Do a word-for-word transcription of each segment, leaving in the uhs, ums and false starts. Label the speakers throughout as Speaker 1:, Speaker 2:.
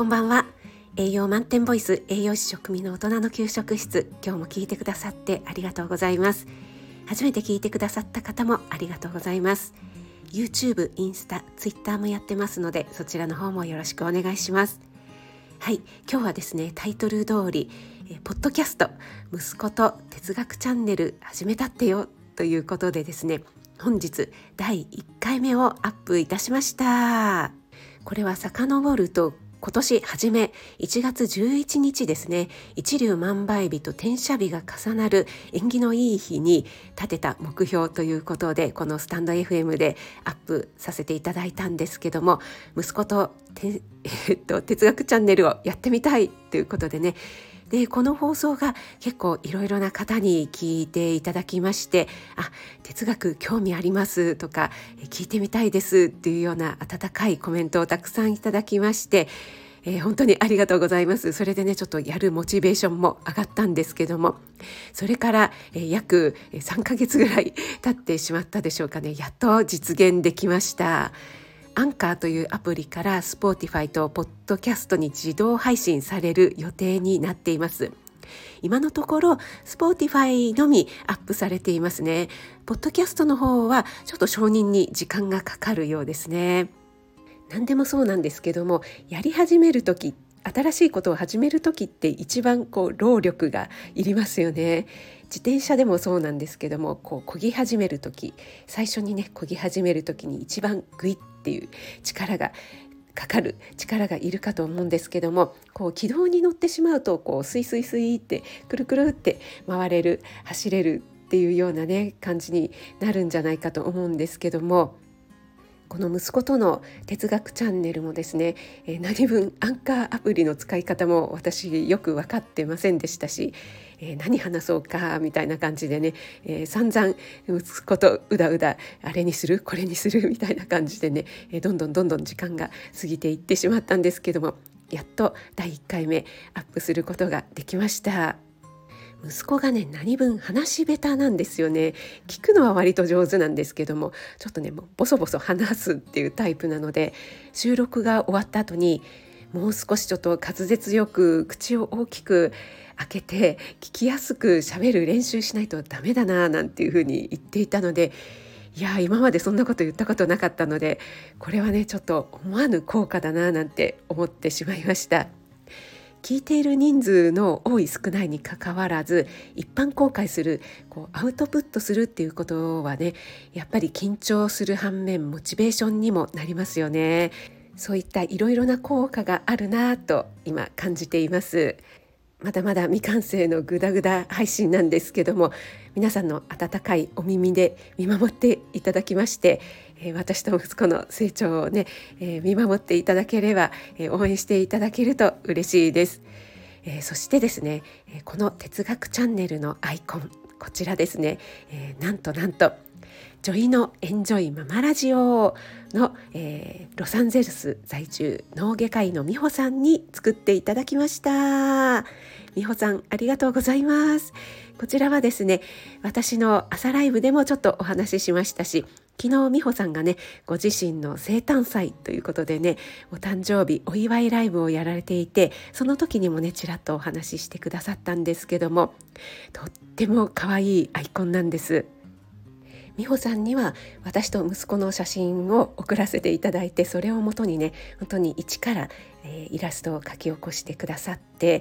Speaker 1: こんばんは。栄養満点ボイス栄養士食味の大人の給食室、今日も聞いてくださってありがとうございます。初めて聞いてくださった方もありがとうございます。 YouTube、インスタ、Twitter もやってますので、そちらの方もよろしくお願いします。はい、今日はですね、タイトル通りえポッドキャスト息子と哲学チャンネル始めたってよということでですね、本日だいいっかいめをアップいたしました。これは遡ると今年初めいちがつじゅういちにちですね、一粒万倍日と転写日が重なる縁起のいい日に立てた目標ということで、このスタンド エフエム でアップさせていただいたんですけども、息子と、えっと、哲学チャンネルをやってみたいということでね、でこの放送が結構いろいろな方に聞いていただきまして、あ、哲学興味ありますとか聞いてみたいですっていうような温かいコメントをたくさんいただきまして、えー、本当にありがとうございます。それでね、ちょっとやるモチベーションも上がったんですけども、それから、えー、約さんかげつぐらい経ってしまったでしょうかね、やっと実現できました。アンカーというアプリから Spotify とポッドキャストに自動配信される予定になっています。今のところ Spotify のみアップされていますね。ポッドキャストの方はちょっと承認に時間がかかるようですね。何でもそうなんですけども、やり始めるとき、新しいことを始めるときって一番こう労力がいりますよね。自転車でもそうなんですけども、こう漕ぎ始めるとき、最初にね漕ぎ始めるときに一番グイっていう力がかかる力がいるかと思うんですけども、こう軌道に乗ってしまうとこうスイスイスイってくるくるって回れる、走れるっていうようなね感じになるんじゃないかと思うんですけども、この息子との哲学チャンネルもですね、えー、何分アンカーアプリの使い方も私よく分かってませんでしたし、えー、何話そうかみたいな感じでね、えー、散々息子とうだうだあれにするこれにするみたいな感じでね、えー、どんどんどんどん時間が過ぎていってしまったんですけども、やっとだいいっかいめアップすることができました。息子がね、何分話し下手なんですよね。聞くのは割と上手なんですけども、ちょっとねもうボソボソ話すっていうタイプなので、収録が終わった後にもう少しちょっと滑舌よく口を大きく開けて聞きやすく喋る練習しないとダメだななんていうふうに言っていたので、いや今までそんなこと言ったことなかったので、これはねちょっと思わぬ効果だななんて思ってしまいました。聞いている人数の多い少ないにかかわらず、一般公開する、こうアウトプットするっていうことはね、やっぱり緊張する反面モチベーションにもなりますよね。そういったいろいろな効果があるなと今感じています。まだまだ未完成のグダグダ配信なんですけども、皆さんの温かいお耳で見守っていただきまして、えー、私と息子の成長をね、えー、見守っていただければ、えー、応援していただけると嬉しいです。えー、そしてですね、えー、この哲学チャンネルのアイコン、こちらですね、えー、なんとなんとジョイのエンジョイママラジオの、えー、ロサンゼルス在住脳外科医の美穂さんに作っていただきました。美穂さんありがとうございます。こちらはですね、私の朝ライブでもちょっとお話ししましたし、昨日美穂さんがねご自身の生誕祭ということでね、お誕生日お祝いライブをやられていて、その時にもねちらっとお話ししてくださったんですけども、とっても可愛いアイコンなんです。美穂さんには私と息子の写真を送らせていただいて、それをもとにね本当に一から、えー、イラストを描き起こしてくださって、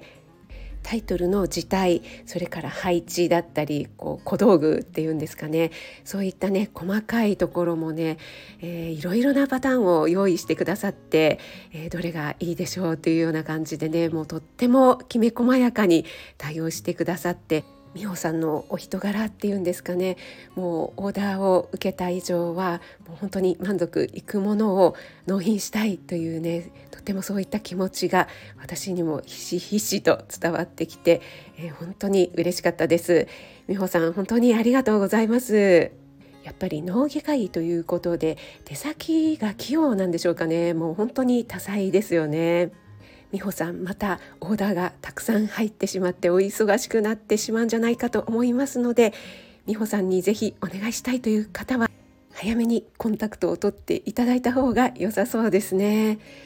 Speaker 1: タイトルの字体、それから配置だったりこう小道具っていうんですかね、そういったね細かいところもね、えー、いろいろなパターンを用意してくださって、えー、どれがいいでしょうというような感じでね、もうとってもきめ細やかに対応してくださって、美穂さんのお人柄っていうんですかね、もうオーダーを受けた以上はもう本当に満足いくものを納品したいというね、とてもそういった気持ちが私にもひしひしと伝わってきて、えー、本当に嬉しかったです。美穂さん本当にありがとうございます。やっぱり脳外科医ということで手先が器用なんでしょうかね。もう本当に多彩ですよね。美穂さんまたオーダーがたくさん入ってしまってお忙しくなってしまうんじゃないかと思いますので、美穂さんにぜひお願いしたいという方は早めにコンタクトを取っていただいた方が良さそうですね。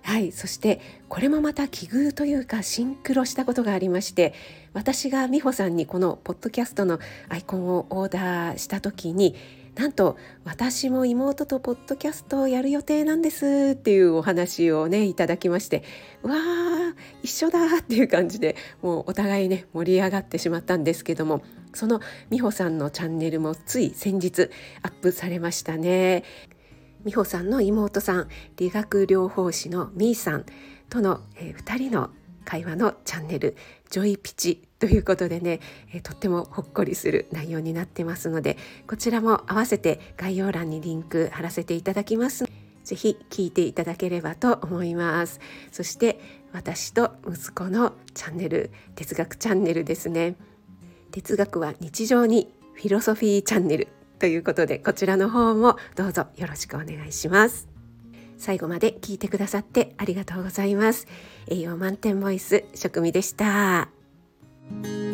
Speaker 1: はい、そしてこれもまた奇遇というかシンクロしたことがありまして、私が美穂さんにこのポッドキャストのアイコンをオーダーした時に、なんと私も妹とポッドキャストをやる予定なんですっていうお話をねいただきまして、わー一緒だっていう感じで、もうお互いね盛り上がってしまったんですけども、その美穂さんのチャンネルもつい先日アップされましたね。美穂さんの妹さん、理学療法士のみーさんとの、えー、ふたりの会話のチャンネル、ジョイピチということでね、えー、とってもほっこりする内容になってますので、こちらも合わせて概要欄にリンク貼らせていただきます。ぜひ聞いていただければと思います。そして私と息子のチャンネル、哲学チャンネルですね。哲学は日常に、フィロソフィーチャンネルということで、こちらの方もどうぞよろしくお願いします。最後まで聞いてくださってありがとうございます。栄養満点ボイス、食味でした。